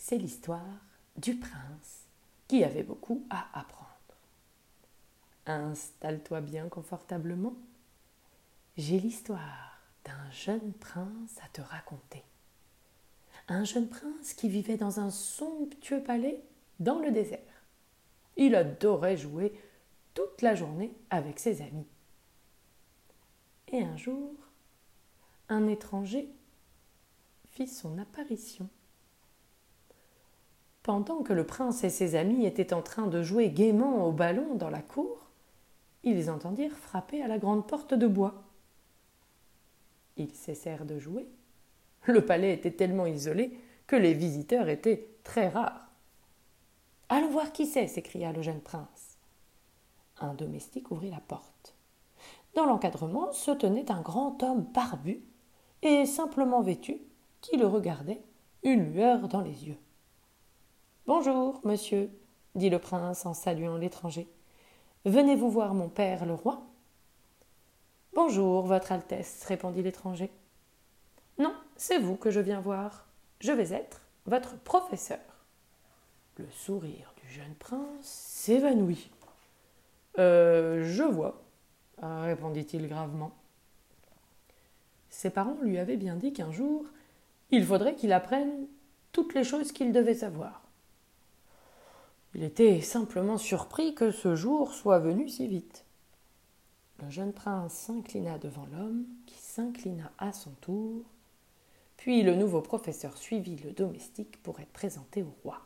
c'est l'histoire du prince qui avait beaucoup à apprendre. Installe-toi bien confortablement. J'ai l'histoire d'un jeune prince à te raconter. Un jeune prince qui vivait dans un somptueux palais dans le désert. Il adorait jouer toute la journée avec ses amis. Et un jour, un étranger fit son apparition. Pendant que le prince et ses amis étaient en train de jouer gaiement au ballon dans la cour, ils entendirent frapper à la grande porte de bois. Ils cessèrent de jouer. Le palais était tellement isolé que les visiteurs étaient très rares. « Allons voir qui c'est » s'écria le jeune prince. Un domestique ouvrit la porte. Dans l'encadrement se tenait un grand homme barbu et simplement vêtu qui le regardait, une lueur dans les yeux. « Bonjour, monsieur, » dit le prince en saluant l'étranger. « Venez-vous voir mon père le roi ?»« Bonjour, votre Altesse, » répondit l'étranger. « Non, c'est vous que je viens voir. Je vais être votre professeur. » Le sourire du jeune prince s'évanouit. « Je vois, » répondit-il gravement. Ses parents lui avaient bien dit qu'un jour, il faudrait qu'il apprenne toutes les choses qu'il devait savoir. Il était simplement surpris que ce jour soit venu si vite. Le jeune prince s'inclina devant l'homme, qui s'inclina à son tour, puis le nouveau professeur suivit le domestique pour être présenté au roi.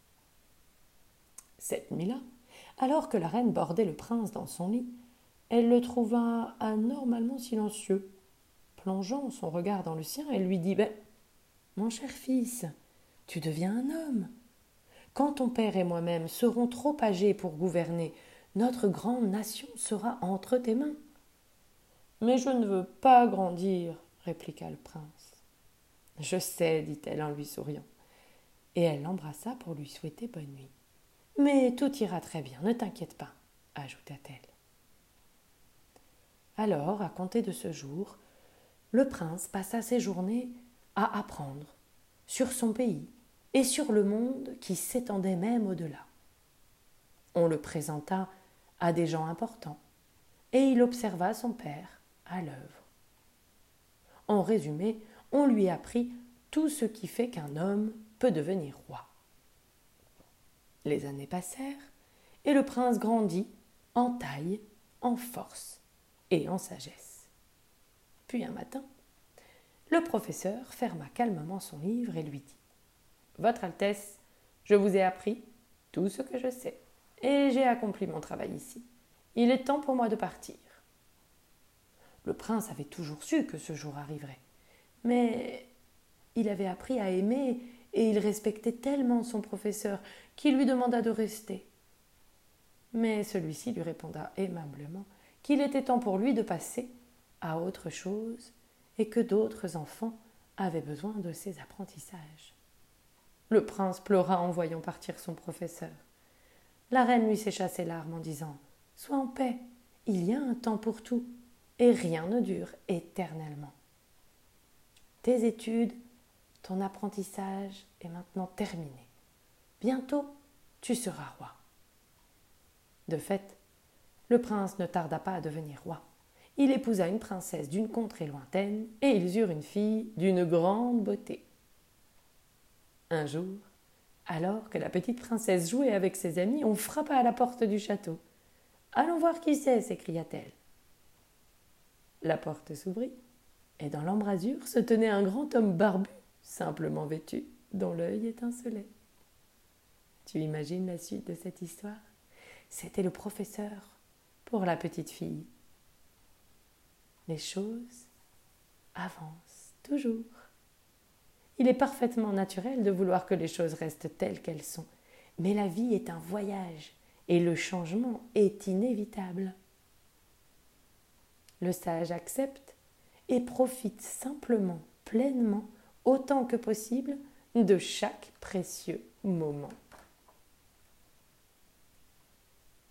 Cette nuit-là, alors que la reine bordait le prince dans son lit, elle le trouva anormalement silencieux. Plongeant son regard dans le sien, elle lui dit « Mon cher fils, tu deviens un homme. Quand ton père et moi-même serons trop âgés pour gouverner, notre grande nation sera entre tes mains. »« Mais je ne veux pas grandir, » répliqua le prince. « Je sais, dit-elle en lui souriant. Et elle l'embrassa pour lui souhaiter bonne nuit. « Mais tout ira très bien, ne t'inquiète pas, » ajouta-t-elle. Alors, à compter de ce jour, le prince passa ses journées à apprendre sur son pays et sur le monde qui s'étendait même au-delà. On le présenta à des gens importants et il observa son père à l'œuvre. En résumé, on lui apprit tout ce qui fait qu'un homme peut devenir roi. Les années passèrent et le prince grandit en taille, en force et en sagesse. Puis un matin, le professeur ferma calmement son livre et lui dit « Votre Altesse, je vous ai appris tout ce que je sais et j'ai accompli mon travail ici. Il est temps pour moi de partir. » Le prince avait toujours su que ce jour arriverait, mais il avait appris à aimer et il respectait tellement son professeur qu'il lui demanda de rester. Mais celui-ci lui répondit aimablement qu'il était temps pour lui de passer à autre chose et que d'autres enfants avaient besoin de ses apprentissages. Le prince pleura en voyant partir son professeur. La reine lui sécha ses larmes en disant « Sois en paix, il y a un temps pour tout, et rien ne dure éternellement. Tes études, ton apprentissage est maintenant terminé. Bientôt, tu seras roi. » De fait, le prince ne tarda pas à devenir roi. Il épousa une princesse d'une contrée lointaine et ils eurent une fille d'une grande beauté. Un jour, alors que la petite princesse jouait avec ses amis, on frappa à la porte du château. « Allons voir qui c'est » s'écria-t-elle. La porte s'ouvrit et dans l'embrasure se tenait un grand homme barbu, simplement vêtu, dont l'œil étincelait. Tu imagines la suite de cette histoire ? C'était le professeur pour la petite fille. Les choses avancent toujours. Il est parfaitement naturel de vouloir que les choses restent telles qu'elles sont, mais la vie est un voyage et le changement est inévitable. Le sage accepte et profite simplement, pleinement, autant que possible, de chaque précieux moment.